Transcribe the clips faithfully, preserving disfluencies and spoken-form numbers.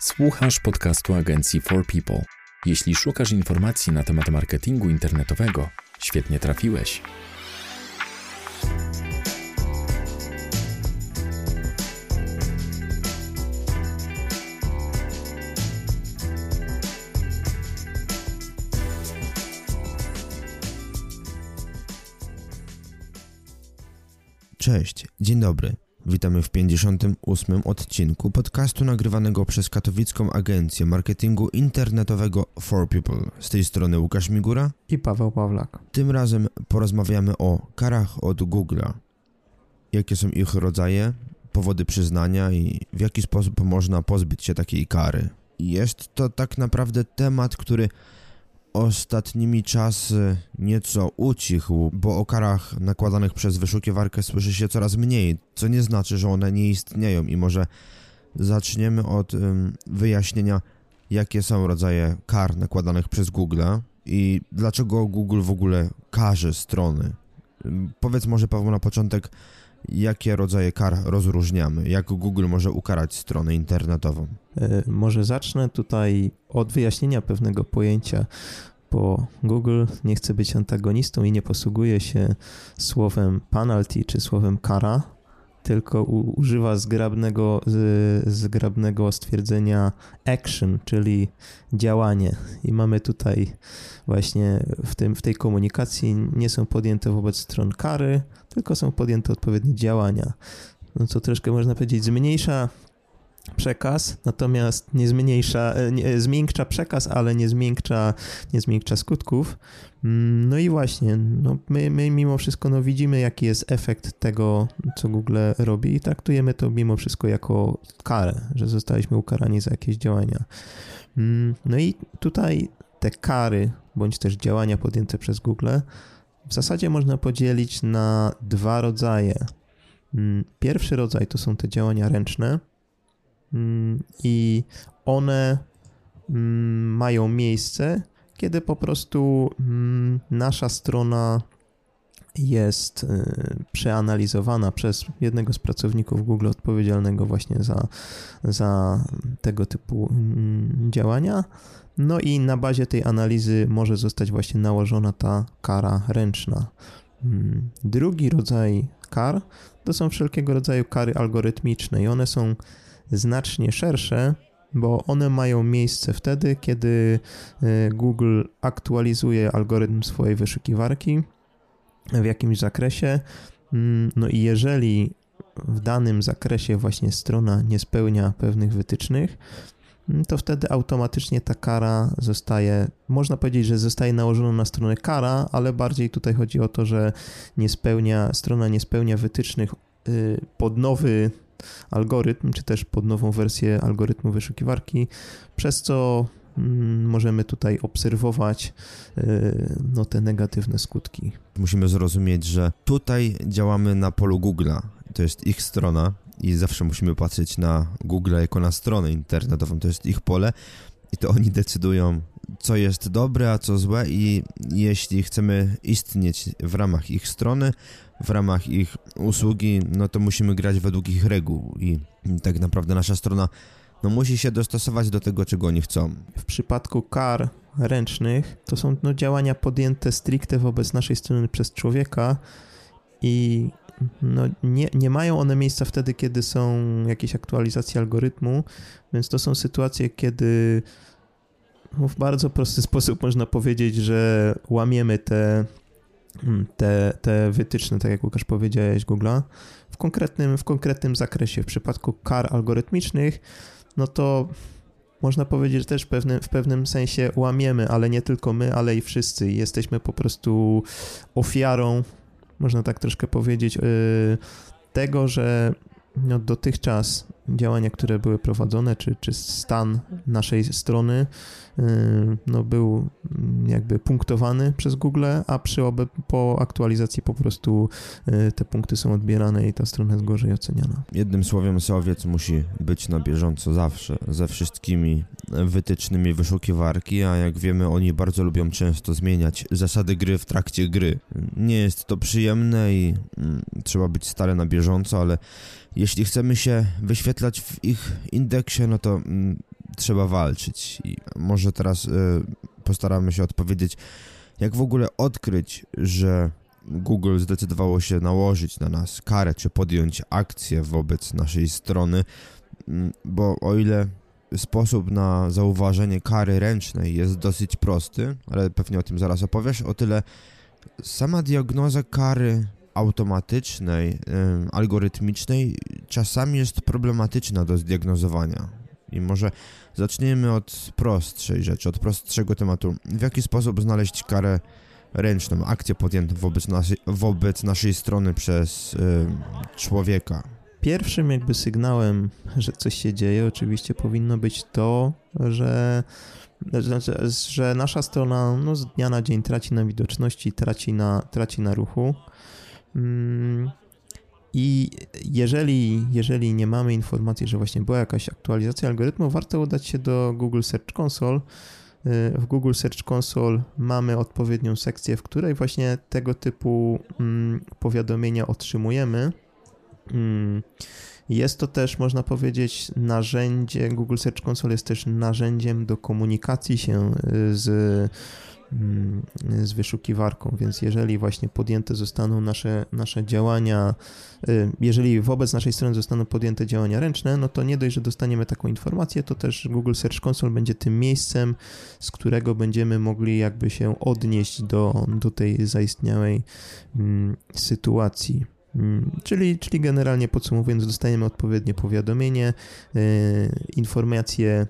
Słuchasz podcastu agencji For People. Jeśli szukasz informacji na temat marketingu internetowego, świetnie trafiłeś. Cześć, dzień dobry. Witamy w pięćdziesiątym ósmym odcinku podcastu nagrywanego przez katowicką agencję marketingu internetowego For People. Z tej strony Łukasz Migura i Paweł Pawlak. Tym razem porozmawiamy o karach od Google'a. Jakie są ich rodzaje, powody przyznania i w jaki sposób można pozbyć się takiej kary. Jest to tak naprawdę temat, który ostatnimi czasy nieco ucichł, bo o karach nakładanych przez wyszukiwarkę słyszy się coraz mniej, co nie znaczy, że one nie istnieją i może zaczniemy od ym, wyjaśnienia, jakie są rodzaje kar nakładanych przez Google'a i dlaczego Google w ogóle karze strony. Ym, powiedz może, Paweł, na początek, jakie rodzaje kar rozróżniamy, jak Google może ukarać stronę internetową. E, może zacznę tutaj od wyjaśnienia pewnego pojęcia, bo Google nie chce być antagonistą i nie posługuje się słowem penalty czy słowem kara, tylko u, używa zgrabnego, z, zgrabnego stwierdzenia action, czyli działanie. I mamy tutaj właśnie w, tym, w tej komunikacji nie są podjęte wobec stron kary, tylko są podjęte odpowiednie działania. No co troszkę można powiedzieć zmniejsza przekaz, natomiast nie zmniejsza, nie, zmiękcza przekaz, ale nie zmiękcza, nie zmiękcza skutków. No i właśnie, no my, my mimo wszystko no widzimy, jaki jest efekt tego, co Google robi i traktujemy to mimo wszystko jako karę, że zostaliśmy ukarani za jakieś działania. No i tutaj te kary, bądź też działania podjęte przez Google w zasadzie można podzielić na dwa rodzaje. Pierwszy rodzaj to są te działania ręczne, i one mają miejsce, kiedy po prostu nasza strona jest przeanalizowana przez jednego z pracowników Google odpowiedzialnego właśnie za, za tego typu działania. No i na bazie tej analizy może zostać właśnie nałożona ta kara ręczna. Drugi rodzaj kar to są wszelkiego rodzaju kary algorytmiczne i one są znacznie szersze, bo one mają miejsce wtedy, kiedy Google aktualizuje algorytm swojej wyszukiwarki w jakimś zakresie. No i jeżeli w danym zakresie właśnie strona nie spełnia pewnych wytycznych, to wtedy automatycznie ta kara zostaje, można powiedzieć, że zostaje nałożona na stronę kara, ale bardziej tutaj chodzi o to, że nie spełnia, strona nie spełnia wytycznych pod nowy algorytm, czy też pod nową wersję algorytmu wyszukiwarki, przez co możemy tutaj obserwować no, te negatywne skutki. Musimy zrozumieć, że tutaj działamy na polu Google'a. To jest ich strona i zawsze musimy patrzeć na Google jako na stronę internetową. To jest ich pole i to oni decydują, co jest dobre, a co złe i jeśli chcemy istnieć w ramach ich strony, w ramach ich usługi, no to musimy grać według ich reguł i tak naprawdę nasza strona no, musi się dostosować do tego, czego oni chcą. W przypadku kar ręcznych to są no, działania podjęte stricte wobec naszej strony przez człowieka i no, nie, nie mają one miejsca wtedy, kiedy są jakieś aktualizacje algorytmu, więc to są sytuacje, kiedy w bardzo prosty sposób można powiedzieć, że łamiemy te Te, te wytyczne, tak jak Łukasz powiedziałeś, Google'a, w konkretnym, w konkretnym zakresie. W przypadku kar algorytmicznych, no to można powiedzieć, że też w pewnym, w pewnym sensie łamiemy, ale nie tylko my, ale i wszyscy. Jesteśmy po prostu ofiarą, można tak troszkę powiedzieć, yy, tego, że no, dotychczas działania, które były prowadzone, czy, czy stan naszej strony yy, no, był jakby punktowany przez Google, a przy obe, po aktualizacji po prostu yy, te punkty są odbierane i ta strona jest gorzej oceniana. Jednym słowem, sowiec musi być na bieżąco zawsze ze wszystkimi wytycznymi wyszukiwarki, a jak wiemy, oni bardzo lubią często zmieniać zasady gry w trakcie gry. Nie jest to przyjemne i mm, trzeba być stale na bieżąco, ale jeśli chcemy się wyświetlać w ich indeksie, no to mm, trzeba walczyć. I może teraz y, postaramy się odpowiedzieć, jak w ogóle odkryć, że Google zdecydowało się nałożyć na nas karę, czy podjąć akcję wobec naszej strony, bo o ile sposób na zauważenie kary ręcznej jest dosyć prosty, ale pewnie o tym zaraz opowiesz, o tyle sama diagnoza kary automatycznej, yy, algorytmicznej czasami jest problematyczna do zdiagnozowania. I może zaczniemy od prostszej rzeczy, od prostszego tematu. W jaki sposób znaleźć karę ręczną, akcję podjętą wobec naszej, wobec naszej strony przez yy, człowieka? Pierwszym jakby sygnałem, że coś się dzieje, oczywiście powinno być to, że, że, że nasza strona no, z dnia na dzień traci na widoczności, traci na, traci na ruchu. I jeżeli, jeżeli nie mamy informacji, że właśnie była jakaś aktualizacja algorytmu, warto udać się do Google Search Console. W Google Search Console mamy odpowiednią sekcję, w której właśnie tego typu powiadomienia otrzymujemy. Jest to też, można powiedzieć, narzędzie, Google Search Console jest też narzędziem do komunikacji się z, z wyszukiwarką, więc jeżeli właśnie podjęte zostaną nasze, nasze działania, jeżeli wobec naszej strony zostaną podjęte działania ręczne, no to nie dość, że dostaniemy taką informację, to też Google Search Console będzie tym miejscem, z którego będziemy mogli jakby się odnieść do, do tej zaistniałej mm, sytuacji. Czyli, czyli generalnie podsumowując, dostajemy odpowiednie powiadomienie, yy, informacje,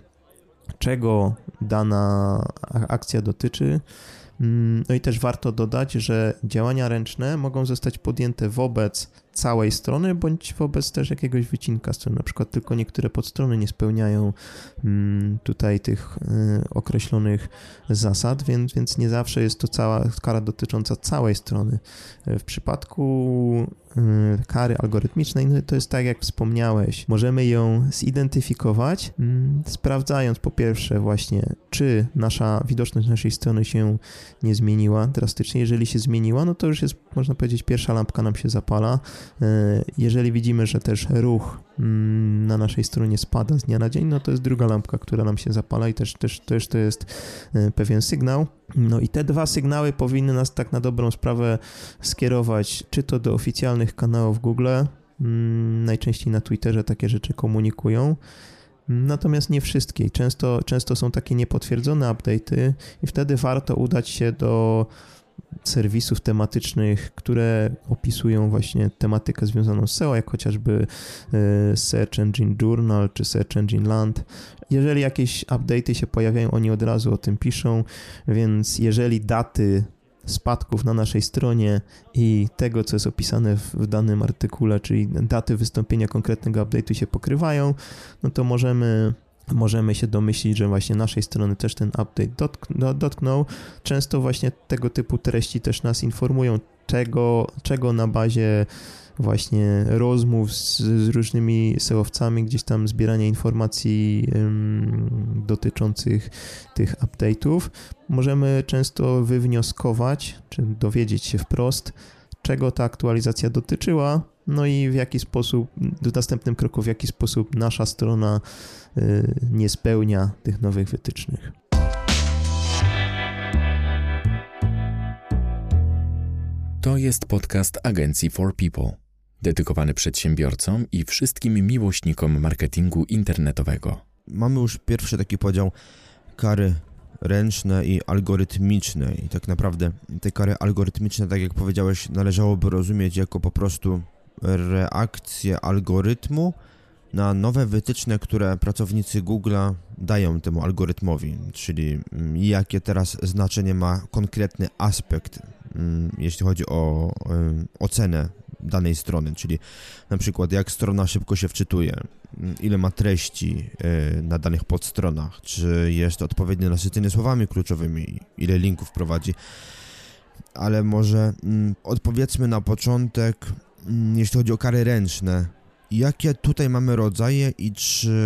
czego dana akcja dotyczy. No i też warto dodać, że działania ręczne mogą zostać podjęte wobec całej strony, bądź wobec też jakiegoś wycinka strony. Na przykład tylko niektóre podstrony nie spełniają tutaj tych określonych zasad, więc, więc nie zawsze jest to cała kara dotycząca całej strony. W przypadku kary algorytmicznej, no to jest tak jak wspomniałeś, możemy ją zidentyfikować, sprawdzając po pierwsze właśnie, czy nasza widoczność naszej strony się nie zmieniła drastycznie. Jeżeli się zmieniła, no to już jest, można powiedzieć, pierwsza lampka nam się zapala. Jeżeli widzimy, że też ruch na naszej stronie spada z dnia na dzień, no to jest druga lampka, która nam się zapala i też, też, też to jest pewien sygnał. No i te dwa sygnały powinny nas tak na dobrą sprawę skierować, czy to do oficjalnych kanałów Google, najczęściej na Twitterze takie rzeczy komunikują, natomiast nie wszystkie. Często, często są takie niepotwierdzone update'y i wtedy warto udać się do serwisów tematycznych, które opisują właśnie tematykę związaną z S E O, jak chociażby Search Engine Journal czy Search Engine Land. Jeżeli jakieś update'y się pojawiają, oni od razu o tym piszą, więc jeżeli daty spadków na naszej stronie i tego, co jest opisane w danym artykule, czyli daty wystąpienia konkretnego update'u się pokrywają, no to możemy Możemy się domyślić, że właśnie naszej strony też ten update dotk- dotknął. Często właśnie tego typu treści też nas informują, czego, czego na bazie właśnie rozmów z, z różnymi S E O-wcami, gdzieś tam zbierania informacji ym, dotyczących tych update'ów. Możemy często wywnioskować, czy dowiedzieć się wprost, czego ta aktualizacja dotyczyła, no i w jaki sposób, w następnym kroku, w jaki sposób nasza strona y, nie spełnia tych nowych wytycznych. To jest podcast agencji For People, dedykowany przedsiębiorcom i wszystkim miłośnikom marketingu internetowego. Mamy już pierwszy taki podział kary ręczne i algorytmiczne i tak naprawdę te kary algorytmiczne, tak jak powiedziałeś, należałoby rozumieć jako po prostu reakcję algorytmu na nowe wytyczne, które pracownicy Google'a dają temu algorytmowi, czyli jakie teraz znaczenie ma konkretny aspekt, jeśli chodzi o ocenę danej strony, czyli na przykład jak strona szybko się wczytuje, ile ma treści na danych podstronach, czy jest odpowiednio nasycenie słowami kluczowymi, ile linków prowadzi. Ale może odpowiedzmy na początek, jeśli chodzi o kary ręczne, jakie tutaj mamy rodzaje i czy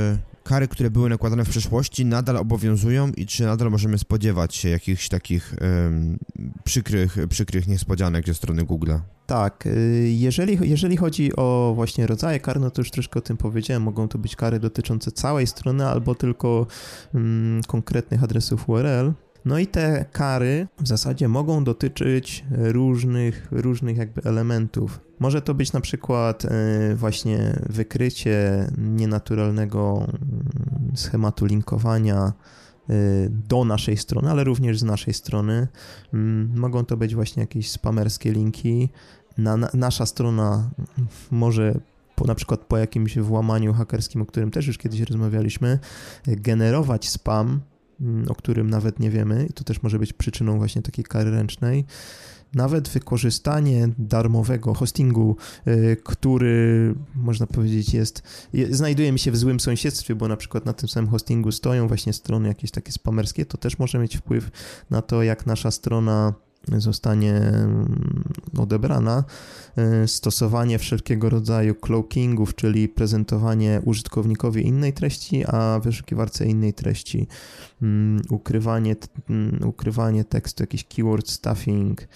kary, które były nakładane w przeszłości, nadal obowiązują i czy nadal możemy spodziewać się jakichś takich um, przykrych, przykrych niespodzianek ze strony Google'a? Tak, jeżeli, jeżeli chodzi o właśnie rodzaje kar, no to już troszkę o tym powiedziałem, mogą to być kary dotyczące całej strony albo tylko um, konkretnych adresów U R L. No i te kary w zasadzie mogą dotyczyć różnych, różnych jakby elementów. Może to być na przykład właśnie wykrycie nienaturalnego schematu linkowania do naszej strony, ale również z naszej strony. Mogą to być właśnie jakieś spamerskie linki. Na, na, nasza strona może po, na przykład po jakimś włamaniu hakerskim, o którym też już kiedyś rozmawialiśmy, generować spam, o którym nawet nie wiemy i to też może być przyczyną właśnie takiej kary ręcznej. Nawet wykorzystanie darmowego hostingu, który można powiedzieć jest, znajdujemy się w złym sąsiedztwie, bo na przykład na tym samym hostingu stoją właśnie strony jakieś takie spamerskie, to też może mieć wpływ na to, jak nasza strona zostanie odebrana. Stosowanie wszelkiego rodzaju cloakingów, czyli prezentowanie użytkownikowi innej treści, a wyszukiwarce innej treści. Ukrywanie, ukrywanie tekstu, jakiś keyword stuffing,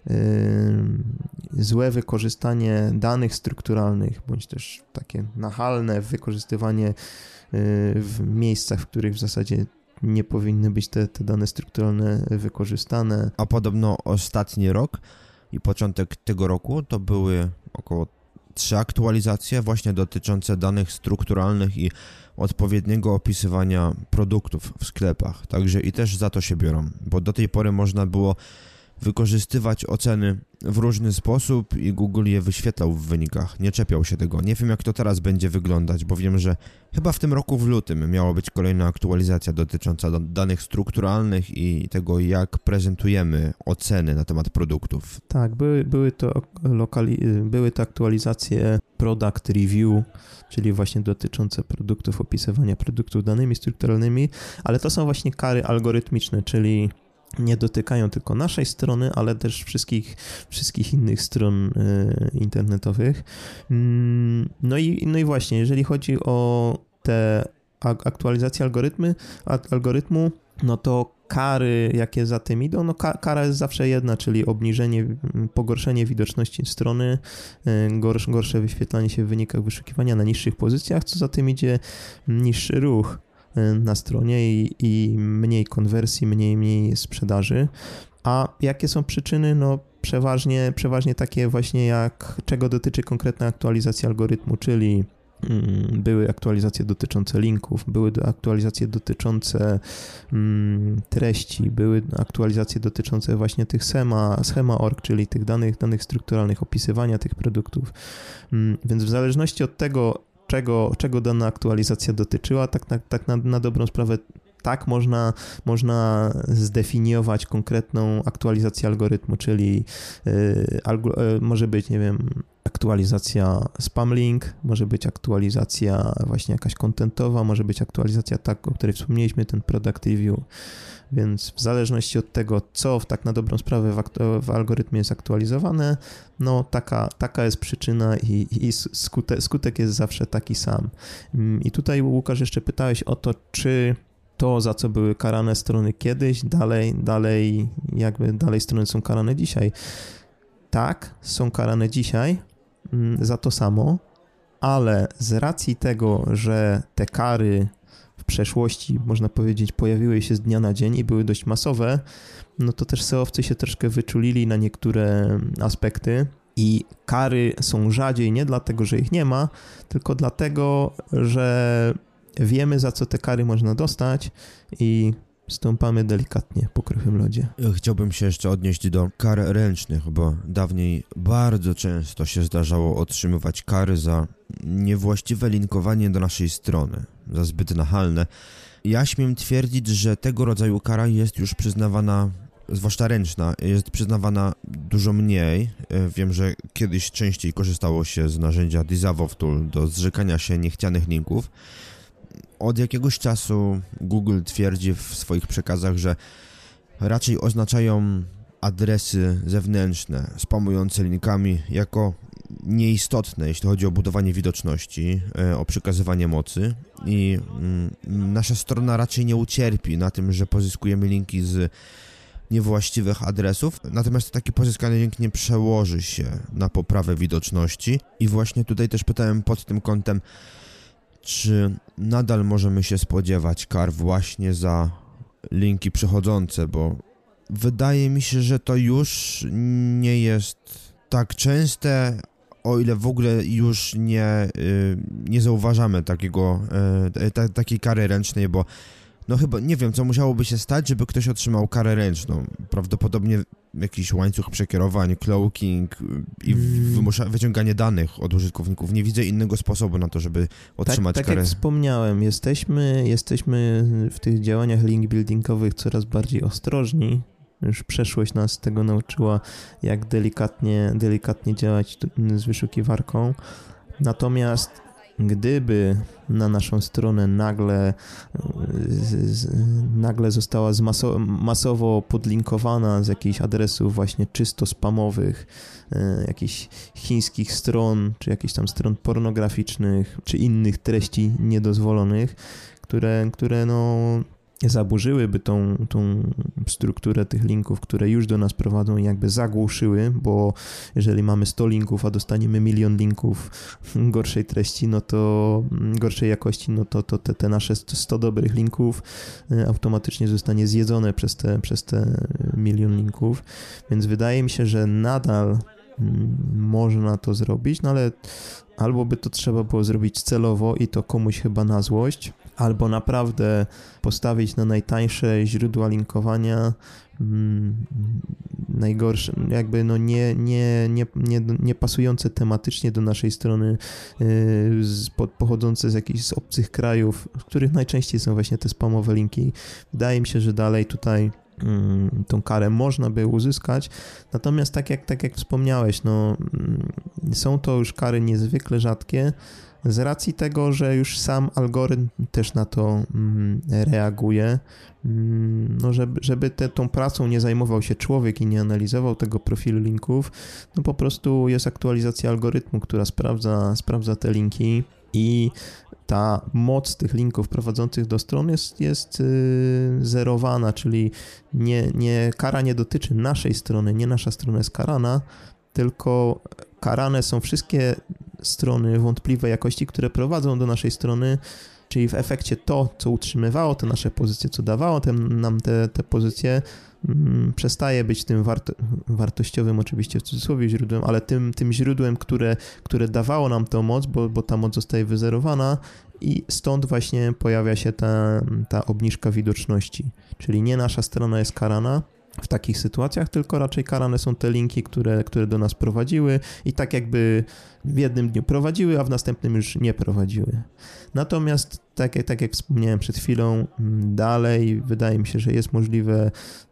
złe wykorzystanie danych strukturalnych, bądź też takie nachalne wykorzystywanie w miejscach, w których w zasadzie nie powinny być te, te dane strukturalne wykorzystane. A podobno ostatni rok i początek tego roku to były około trzy aktualizacje właśnie dotyczące danych strukturalnych i odpowiedniego opisywania produktów w sklepach. Także i też za to się biorą, bo do tej pory można było wykorzystywać oceny w różny sposób i Google je wyświetlał w wynikach, nie czepiał się tego. Nie wiem, jak to teraz będzie wyglądać, bo wiem, że chyba w tym roku w lutym miała być kolejna aktualizacja dotycząca danych strukturalnych i tego, jak prezentujemy oceny na temat produktów. Tak, były, były, to, lokali- były to aktualizacje Product Review, czyli właśnie dotyczące produktów, opisywania produktów danymi strukturalnymi, ale to są właśnie kary algorytmiczne, czyli nie dotykają tylko naszej strony, ale też wszystkich, wszystkich innych stron y, internetowych. No i, no i właśnie, jeżeli chodzi o te aktualizacje algorytmy, algorytmu, no to kary, jakie za tym idą, no kara jest zawsze jedna, czyli obniżenie, pogorszenie widoczności strony, gorsze, gorsze wyświetlanie się w wynikach wyszukiwania na niższych pozycjach, co za tym idzie niższy ruch na stronie i, i mniej konwersji, mniej, mniej sprzedaży. A jakie są przyczyny? No przeważnie, przeważnie takie właśnie jak czego dotyczy konkretna aktualizacja algorytmu, czyli mm, były aktualizacje dotyczące linków, były aktualizacje dotyczące mm, treści, były aktualizacje dotyczące właśnie tych schema, schema kropka org, czyli tych danych, danych strukturalnych, opisywania tych produktów. Mm, więc w zależności od tego, Czego, czego dana aktualizacja dotyczyła, tak, na, tak na, na dobrą sprawę tak można, można zdefiniować konkretną aktualizację algorytmu, czyli yy, algo, yy, może być, nie wiem, aktualizacja spam link, może być aktualizacja właśnie jakaś contentowa, może być aktualizacja tak, o której wspomnieliśmy, ten product review. Więc w zależności od tego, co w tak na dobrą sprawę w, aktu- w algorytmie jest aktualizowane, no taka, taka jest przyczyna i, i skutek, skutek jest zawsze taki sam. I tutaj, Łukasz, jeszcze pytałeś o to, czy to, za co były karane strony kiedyś, dalej, dalej, jakby dalej strony są karane dzisiaj. Tak, są karane dzisiaj za to samo, ale z racji tego, że te kary w przeszłości, można powiedzieć, pojawiły się z dnia na dzień i były dość masowe, no to też S E O-wcy się troszkę wyczulili na niektóre aspekty i kary są rzadziej nie dlatego, że ich nie ma, tylko dlatego, że wiemy, za co te kary można dostać i stąpamy delikatnie po kruchym lodzie. Chciałbym się jeszcze odnieść do kar ręcznych, bo dawniej bardzo często się zdarzało otrzymywać kary za niewłaściwe linkowanie do naszej strony, za zbyt nachalne. Ja śmiem twierdzić, że tego rodzaju kara jest już przyznawana, zwłaszcza ręczna, jest przyznawana dużo mniej. Wiem, że kiedyś częściej korzystało się z narzędzia Disavow Tool do zrzekania się niechcianych linków. Od jakiegoś czasu Google twierdzi w swoich przekazach, że raczej oznaczają adresy zewnętrzne spamujące linkami jako nieistotne, jeśli chodzi o budowanie widoczności, o przekazywanie mocy i nasza strona raczej nie ucierpi na tym, że pozyskujemy linki z niewłaściwych adresów, natomiast taki pozyskany link nie przełoży się na poprawę widoczności i właśnie tutaj też pytałem pod tym kątem, czy nadal możemy się spodziewać kar właśnie za linki przechodzące, bo wydaje mi się, że to już nie jest tak częste, o ile w ogóle już nie, nie zauważamy takiego, ta, takiej kary ręcznej, bo no chyba, nie wiem, co musiałoby się stać, żeby ktoś otrzymał karę ręczną. Prawdopodobnie jakiś łańcuch przekierowań, cloaking i wymusza- wyciąganie danych od użytkowników. Nie widzę innego sposobu na to, żeby otrzymać tak, karę. Tak jak wspomniałem, jesteśmy, jesteśmy w tych działaniach link buildingowych coraz bardziej ostrożni. Już przeszłość nas tego nauczyła, jak delikatnie, delikatnie działać z wyszukiwarką. Natomiast gdyby na naszą stronę nagle, z, z, nagle została zmaso, masowo podlinkowana z jakichś adresów właśnie czysto spamowych, e, jakichś chińskich stron, czy jakichś tam stron pornograficznych, czy innych treści niedozwolonych, które, które no zaburzyłyby tą, tą strukturę tych linków, które już do nas prowadzą i jakby zagłuszyły, bo jeżeli mamy sto linków, a dostaniemy milion linków gorszej treści, no to gorszej jakości, no to, to te, te nasze sto dobrych linków automatycznie zostanie zjedzone przez te, przez te milion linków, więc wydaje mi się, że nadal można to zrobić, no ale albo by to trzeba było zrobić celowo i to komuś chyba na złość, albo naprawdę postawić na najtańsze źródła linkowania, mm, najgorsze, jakby no nie, nie, nie, nie, nie pasujące tematycznie do naszej strony, yy, z, pochodzące z jakichś z obcych krajów, w których najczęściej są właśnie te spamowe linki. Wydaje mi się, że dalej tutaj tą karę można by uzyskać, natomiast tak jak, tak jak wspomniałeś, no, są to już kary niezwykle rzadkie z racji tego, że już sam algorytm też na to reaguje, no żeby, żeby te, tą pracą nie zajmował się człowiek i nie analizował tego profilu linków, no po prostu jest aktualizacja algorytmu, która sprawdza, sprawdza te linki i ta moc tych linków prowadzących do stron jest, jest yy, zerowana, czyli nie, nie, kara nie dotyczy naszej strony, nie nasza strona jest karana, tylko karane są wszystkie strony wątpliwej jakości, które prowadzą do naszej strony, czyli w efekcie to, co utrzymywało te nasze pozycje, co dawało tem, nam te, te pozycje, mm, przestaje być tym warto, wartościowym, oczywiście w cudzysłowie źródłem, ale tym, tym źródłem, które, które dawało nam tą moc, bo, bo ta moc zostaje wyzerowana i stąd właśnie pojawia się ta, ta obniżka widoczności, czyli nie nasza strona jest karana w takich sytuacjach, tylko raczej karane są te linki, które, które do nas prowadziły i tak jakby w jednym dniu prowadziły, a w następnym już nie prowadziły. Natomiast tak, tak jak wspomniałem przed chwilą, dalej wydaje mi się, że jest możliwe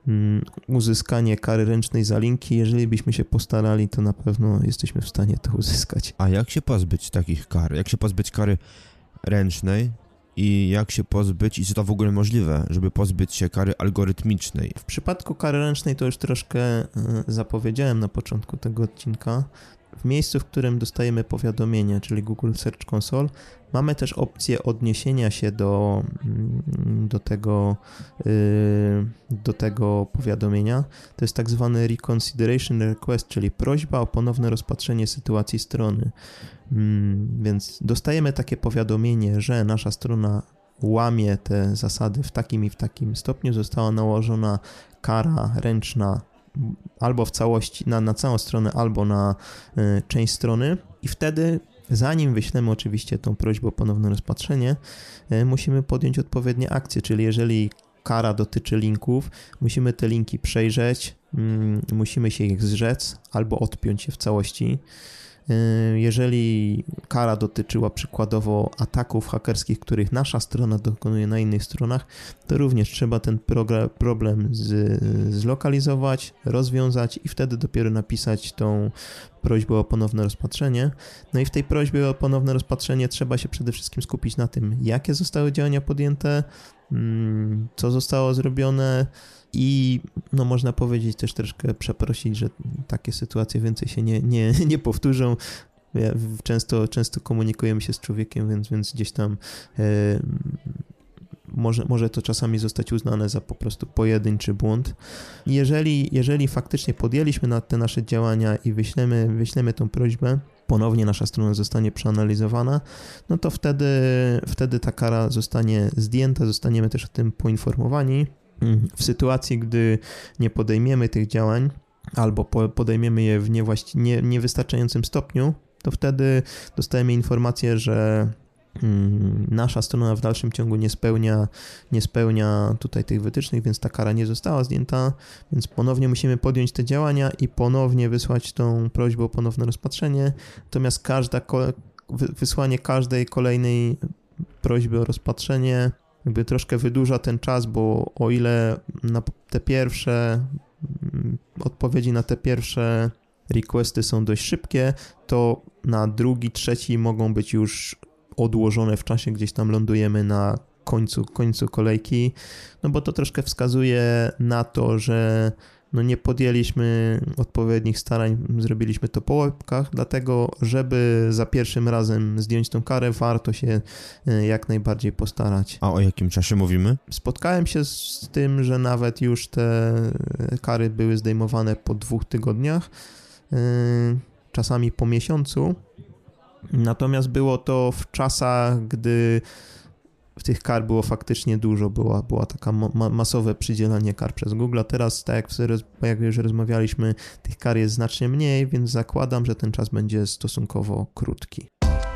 uzyskanie kary ręcznej za linki. Jeżeli byśmy się postarali, to na pewno jesteśmy w stanie to uzyskać. A jak się pozbyć takich kar? Jak się pozbyć kary ręcznej? I jak się pozbyć, i czy to w ogóle możliwe, żeby pozbyć się kary algorytmicznej? W przypadku kary ręcznej to już troszkę zapowiedziałem na początku tego odcinka. W miejscu, w którym dostajemy powiadomienie, czyli Google Search Console, mamy też opcję odniesienia się do, do, tego, do tego powiadomienia. To jest tak zwany reconsideration request, czyli prośba o ponowne rozpatrzenie sytuacji strony. Więc dostajemy takie powiadomienie, że nasza strona łamie te zasady w takim i w takim stopniu, została nałożona kara ręczna albo w całości, na, na całą stronę, albo na y, część strony i wtedy, zanim wyślemy oczywiście tą prośbę o ponowne rozpatrzenie, y, musimy podjąć odpowiednie akcje, czyli jeżeli kara dotyczy linków, musimy te linki przejrzeć, y, musimy się ich zrzec albo odpiąć je w całości. Jeżeli kara dotyczyła przykładowo ataków hakerskich, których nasza strona dokonuje na innych stronach, to również trzeba ten problem z, zlokalizować, rozwiązać i wtedy dopiero napisać tą prośbę o ponowne rozpatrzenie. No i w tej prośbie o ponowne rozpatrzenie trzeba się przede wszystkim skupić na tym, jakie zostały działania podjęte, co zostało zrobione i no można powiedzieć też troszkę przeprosić, że takie sytuacje więcej się nie, nie, nie powtórzą. często, często komunikujemy się z człowiekiem, więc, więc gdzieś tam e, może, może to czasami zostać uznane za po prostu pojedynczy błąd. Jeżeli, jeżeli faktycznie podjęliśmy na te nasze działania i wyślemy, wyślemy tą prośbę, ponownie nasza strona zostanie przeanalizowana, no to wtedy, wtedy ta kara zostanie zdjęta, zostaniemy też o tym poinformowani. W sytuacji, gdy nie podejmiemy tych działań albo podejmiemy je w niewłaści- nie, niewystarczającym stopniu, to wtedy dostajemy informację, że hmm, nasza strona w dalszym ciągu nie spełnia, nie spełnia tutaj tych wytycznych, więc ta kara nie została zdjęta, więc ponownie musimy podjąć te działania i ponownie wysłać tą prośbę o ponowne rozpatrzenie. Natomiast każda, wysłanie każdej kolejnej prośby o rozpatrzenie jakby troszkę wydłuża ten czas, bo o ile na te pierwsze odpowiedzi na te pierwsze requesty są dość szybkie, to na drugi, trzeci mogą być już odłożone w czasie, gdzieś tam lądujemy na końcu, końcu kolejki, no bo to troszkę wskazuje na to, że no nie podjęliśmy odpowiednich starań, zrobiliśmy to po łebkach, dlatego żeby za pierwszym razem zdjąć tą karę, warto się jak najbardziej postarać. A o jakim czasie mówimy? Spotkałem się z tym, że nawet już te kary były zdejmowane po dwóch tygodniach, czasami po miesiącu, natomiast było to w czasach, gdy tych kar było faktycznie dużo, była, była taka ma- masowe przydzielanie kar przez Google. Teraz, tak jak, jak już rozmawialiśmy, tych kar jest znacznie mniej, więc zakładam, że ten czas będzie stosunkowo krótki.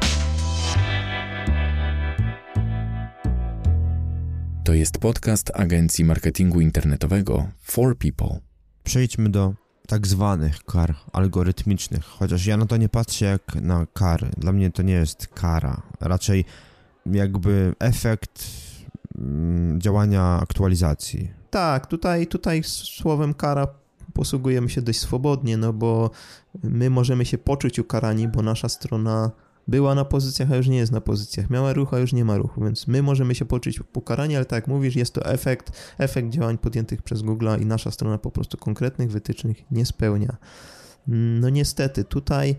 To jest podcast agencji marketingu internetowego For People. Przejdźmy do tak zwanych kar algorytmicznych, chociaż ja na to nie patrzę jak na kary. Dla mnie to nie jest kara, raczej jakby efekt mm, działania aktualizacji. Tak, tutaj, tutaj słowem kara posługujemy się dość swobodnie, no bo my możemy się poczuć ukarani, bo nasza strona była na pozycjach, a już nie jest na pozycjach. Miała ruch, a już nie ma ruchu, więc my możemy się poczuć ukarani, ale tak jak mówisz, jest to efekt, efekt działań podjętych przez Google'a i nasza strona po prostu konkretnych wytycznych nie spełnia. No niestety, tutaj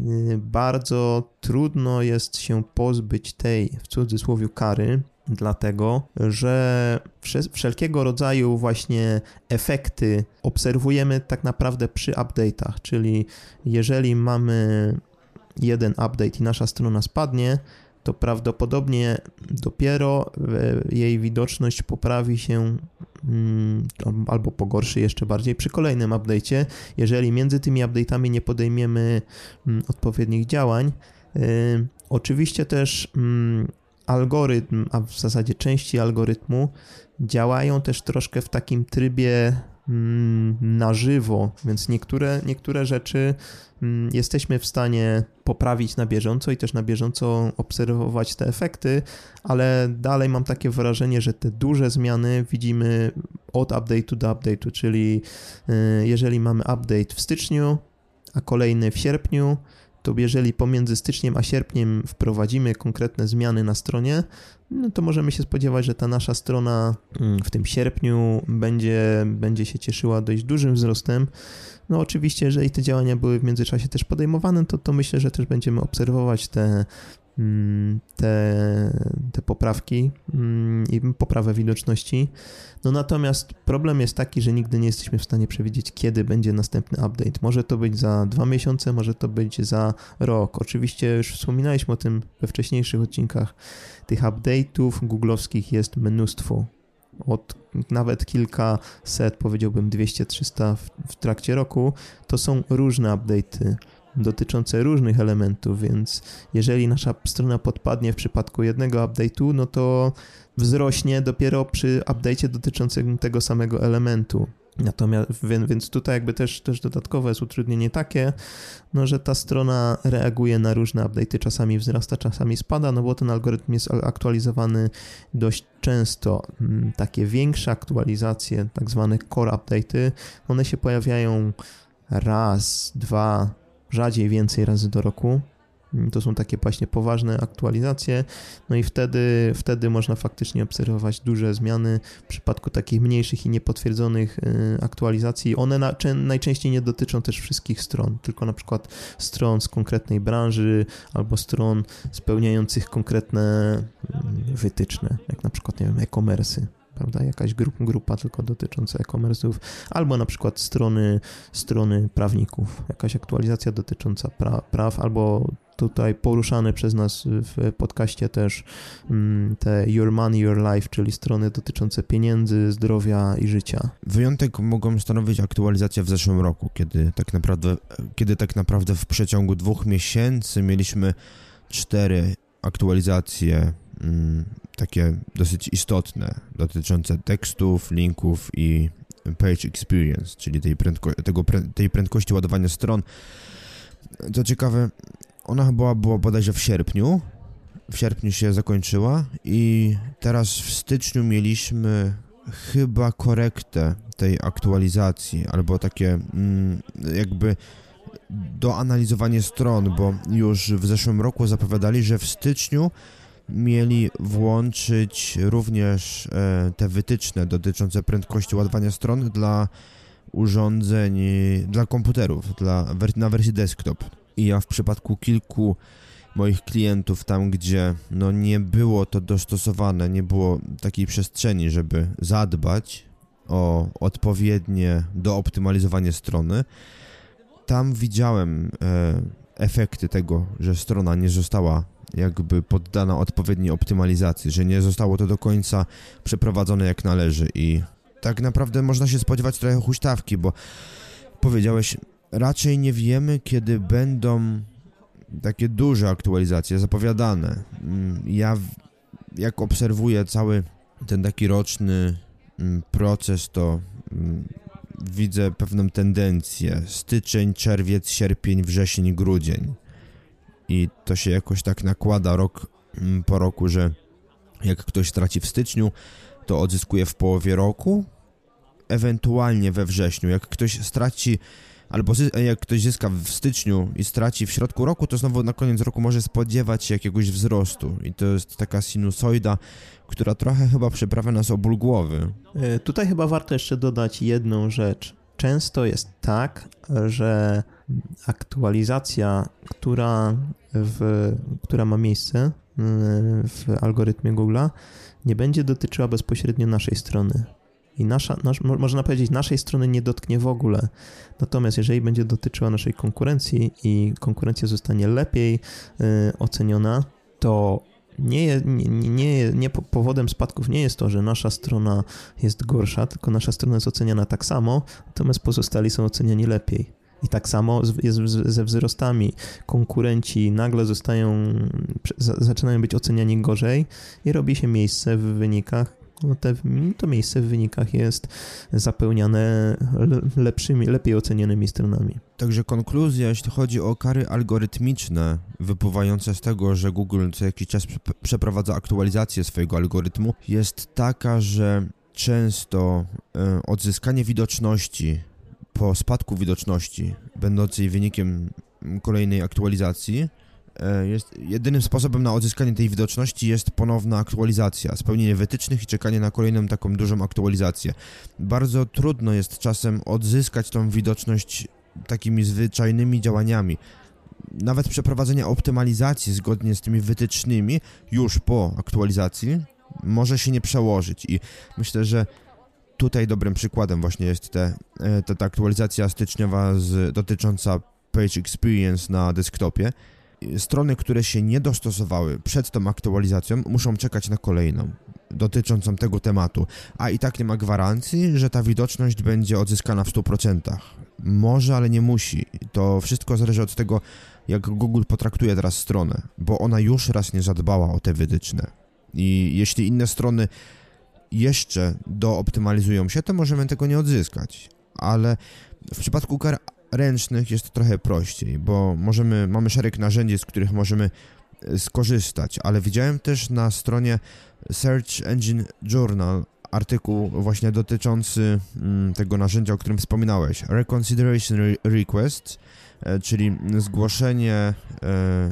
bardzo trudno jest się pozbyć tej, w cudzysłowie, kary, dlatego, że wszelkiego rodzaju właśnie efekty obserwujemy tak naprawdę przy update'ach, czyli jeżeli mamy jeden update i nasza strona spadnie, to prawdopodobnie dopiero jej widoczność poprawi się albo pogorszy jeszcze bardziej przy kolejnym update'cie, jeżeli między tymi update'ami nie podejmiemy odpowiednich działań. Oczywiście też algorytm, a w zasadzie części algorytmu działają też troszkę w takim trybie na żywo, więc niektóre, niektóre rzeczy jesteśmy w stanie poprawić na bieżąco i też na bieżąco obserwować te efekty, ale dalej mam takie wrażenie, że te duże zmiany widzimy od update'u do update'u, czyli jeżeli mamy update w styczniu, a kolejny w sierpniu, to jeżeli pomiędzy styczniem a sierpniem wprowadzimy konkretne zmiany na stronie, no to możemy się spodziewać, że ta nasza strona w tym sierpniu będzie, będzie się cieszyła dość dużym wzrostem. No oczywiście, jeżeli te działania były w międzyczasie też podejmowane, to, to myślę, że też będziemy obserwować te, te, te poprawki i poprawę widoczności. No natomiast problem jest taki, że nigdy nie jesteśmy w stanie przewidzieć, kiedy będzie następny update. Może to być za dwa miesiące, może to być za rok. Oczywiście już wspominaliśmy o tym we wcześniejszych odcinkach. Tych update'ów googlowskich jest mnóstwo. Od nawet kilkaset, powiedziałbym dwieście trzysta w, w trakcie roku. To są różne update'y dotyczące różnych elementów, więc jeżeli nasza strona podpadnie w przypadku jednego update'u, no to wzrośnie dopiero przy update'cie dotyczącym tego samego elementu. Natomiast, więc tutaj jakby też, też dodatkowe jest utrudnienie takie, no, że ta strona reaguje na różne update'y, czasami wzrasta, czasami spada, no bo ten algorytm jest aktualizowany dość często. Takie większe aktualizacje, tak zwane core update'y, one się pojawiają raz, dwa, rzadziej więcej razy do roku. To są takie właśnie poważne aktualizacje, no i wtedy, wtedy można faktycznie obserwować duże zmiany. W przypadku takich mniejszych i niepotwierdzonych aktualizacji, one na, najczęściej nie dotyczą też wszystkich stron, tylko na przykład stron z konkretnej branży albo stron spełniających konkretne wytyczne, jak na przykład, nie wiem, e-commerce'y. Prawda, jakaś grup, grupa tylko dotycząca e-commerce'ów, albo na przykład strony, strony prawników, jakaś aktualizacja dotycząca pra, praw, albo tutaj poruszane przez nas w podcaście też mm, te Your Money, Your Life, czyli strony dotyczące pieniędzy, zdrowia i życia. Wyjątek mogą stanowić aktualizacje w zeszłym roku, kiedy tak naprawdę, kiedy tak naprawdę w przeciągu dwóch miesięcy mieliśmy cztery aktualizacje mm, takie dosyć istotne, dotyczące tekstów, linków i page experience, czyli tej, prędko- tego, tej prędkości ładowania stron. Co ciekawe, ona była, była bodajże w sierpniu, w sierpniu się zakończyła i teraz w styczniu mieliśmy chyba korektę tej aktualizacji, albo takie mm, jakby doanalizowanie stron, bo już w zeszłym roku zapowiadali, że w styczniu mieli włączyć również e, te wytyczne dotyczące prędkości ładowania stron dla urządzeń, dla komputerów, dla, na wersji desktop. I ja w przypadku kilku moich klientów, tam gdzie no, nie było to dostosowane, nie było takiej przestrzeni, żeby zadbać o odpowiednie dooptymalizowanie strony, tam widziałem e, efekty tego, że strona nie została jakby poddana odpowiedniej optymalizacji, że nie zostało to do końca przeprowadzone jak należy i tak naprawdę można się spodziewać trochę huśtawki, bo powiedziałeś, raczej nie wiemy, kiedy będą takie duże aktualizacje zapowiadane. Ja jak obserwuję cały ten taki roczny proces, to widzę pewną tendencję. Styczeń, czerwiec, sierpień, wrzesień, grudzień. I to się jakoś tak nakłada rok po roku, że jak ktoś straci w styczniu, to odzyskuje w połowie roku, ewentualnie we wrześniu. Jak ktoś straci, albo jak ktoś zyska w styczniu i straci w środku roku, to znowu na koniec roku może spodziewać się jakiegoś wzrostu. I to jest taka sinusoida, która trochę chyba przyprawia nas o ból głowy. Tutaj chyba warto jeszcze dodać jedną rzecz. Często jest tak, że aktualizacja, która, w, która ma miejsce w algorytmie Google'a, nie będzie dotyczyła bezpośrednio naszej strony. I nasza, nasz, można powiedzieć, naszej strony nie dotknie w ogóle. Natomiast jeżeli będzie dotyczyła naszej konkurencji i konkurencja zostanie lepiej y, oceniona, to nie, nie, nie, nie powodem spadków nie jest to, że nasza strona jest gorsza, tylko nasza strona jest oceniana tak samo, natomiast pozostali są oceniani lepiej. I tak samo jest ze wzrostami. Konkurenci nagle zostają, zaczynają być oceniani gorzej i robi się miejsce w wynikach. No te, to miejsce w wynikach jest zapełniane lepszymi, lepiej ocenianymi stronami. Także konkluzja, jeśli chodzi o kary algorytmiczne wypływające z tego, że Google co jakiś czas przeprowadza aktualizację swojego algorytmu, jest taka, że często e, odzyskanie widoczności po spadku widoczności, będącej wynikiem kolejnej aktualizacji, jest jedynym sposobem na odzyskanie tej widoczności jest ponowna aktualizacja, spełnienie wytycznych i czekanie na kolejną taką dużą aktualizację. Bardzo trudno jest czasem odzyskać tą widoczność takimi zwyczajnymi działaniami. Nawet przeprowadzenie optymalizacji zgodnie z tymi wytycznymi już po aktualizacji może się nie przełożyć i myślę, że tutaj dobrym przykładem właśnie jest te, te, ta aktualizacja styczniowa z, dotycząca Page Experience na desktopie. Strony, które się nie dostosowały przed tą aktualizacją, muszą czekać na kolejną dotyczącą tego tematu, a i tak nie ma gwarancji, że ta widoczność będzie odzyskana w stu procentach. Może, ale nie musi. To wszystko zależy od tego, jak Google potraktuje teraz stronę, bo ona już raz nie zadbała o te wytyczne. I jeśli inne strony jeszcze dooptymalizują się, to możemy tego nie odzyskać. Ale w przypadku kar ręcznych jest trochę prościej, bo możemy, mamy szereg narzędzi, z których możemy skorzystać, ale widziałem też na stronie Search Engine Journal artykuł właśnie dotyczący mm, tego narzędzia, o którym wspominałeś, Reconsideration Request, e, czyli zgłoszenie e,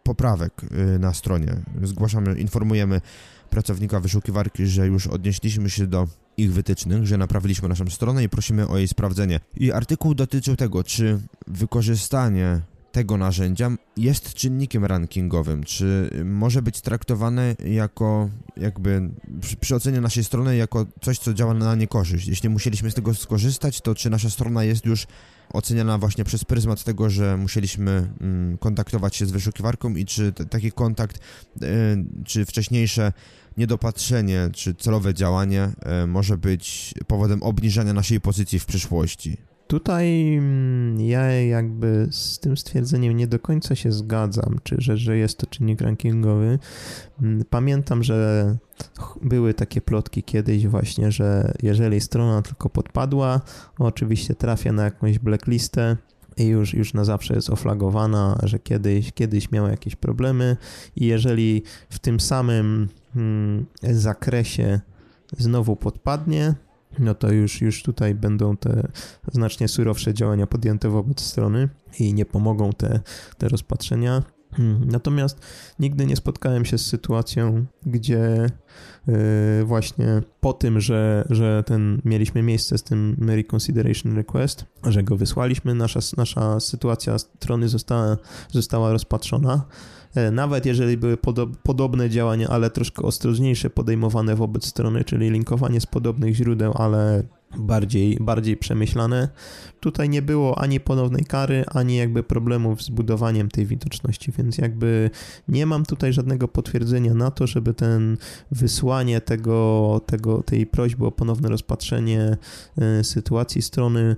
poprawek na stronie. Zgłaszamy, informujemy pracownika wyszukiwarki, że już odnieśliśmy się do ich wytycznych, że naprawiliśmy naszą stronę i prosimy o jej sprawdzenie. I artykuł dotyczył tego, czy wykorzystanie tego narzędzia jest czynnikiem rankingowym, czy może być traktowane jako jakby przy, przy ocenie naszej strony jako coś, co działa na niekorzyść. Jeśli musieliśmy z tego skorzystać, to czy nasza strona jest już oceniana właśnie przez pryzmat tego, że musieliśmy mm, kontaktować się z wyszukiwarką i czy t- taki kontakt, y, czy wcześniejsze niedopatrzenie, czy celowe działanie y, może być powodem obniżania naszej pozycji w przyszłości. Tutaj ja jakby z tym stwierdzeniem nie do końca się zgadzam, czy że, że jest to czynnik rankingowy. Pamiętam, że były takie plotki kiedyś właśnie, że jeżeli strona tylko podpadła, oczywiście trafia na jakąś blacklistę i już, już na zawsze jest oflagowana, że kiedyś, kiedyś miała jakieś problemy i jeżeli w tym samym hmm, zakresie znowu podpadnie, no to już, już tutaj będą te znacznie surowsze działania podjęte wobec strony i nie pomogą te, te rozpatrzenia. Natomiast nigdy nie spotkałem się z sytuacją, gdzie yy, właśnie po tym, że, że ten mieliśmy miejsce z tym reconsideration request, że go wysłaliśmy, nasza, nasza sytuacja strony została, została rozpatrzona. Nawet jeżeli były podob, podobne działania, ale troszkę ostrożniejsze podejmowane wobec strony, czyli linkowanie z podobnych źródeł, ale bardziej, bardziej przemyślane, tutaj nie było ani ponownej kary, ani jakby problemów z budowaniem tej widoczności, więc jakby nie mam tutaj żadnego potwierdzenia na to, żeby ten wysłanie tego, tego, tej prośby o ponowne rozpatrzenie y, sytuacji strony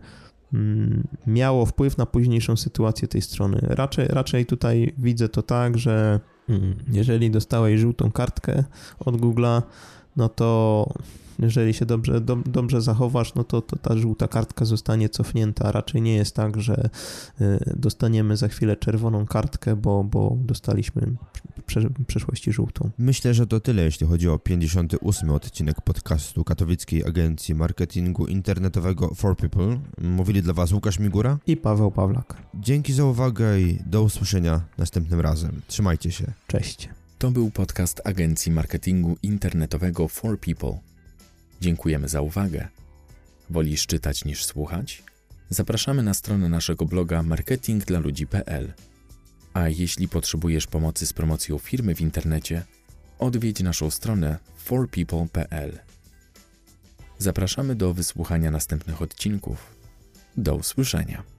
miało wpływ na późniejszą sytuację tej strony. Raczej, raczej tutaj widzę to tak, że jeżeli dostałeś żółtą kartkę od Google'a, no to jeżeli się dobrze, do, dobrze zachowasz, no to, to ta żółta kartka zostanie cofnięta. Raczej nie jest tak, że dostaniemy za chwilę czerwoną kartkę, bo, bo dostaliśmy w przeszłości żółtą. Myślę, że to tyle, jeśli chodzi o pięćdziesiąty ósmy odcinek podcastu Katowickiej Agencji Marketingu Internetowego For People. Mówili dla Was Łukasz Migura i Paweł Pawlak. Dzięki za uwagę i do usłyszenia następnym razem. Trzymajcie się. Cześć. To był podcast Agencji Marketingu Internetowego For People. Dziękujemy za uwagę. Wolisz czytać niż słuchać? Zapraszamy na stronę naszego bloga marketing dla ludzi kropka p l. A jeśli potrzebujesz pomocy z promocją firmy w internecie, odwiedź naszą stronę for people kropka p l. Zapraszamy do wysłuchania następnych odcinków. Do usłyszenia.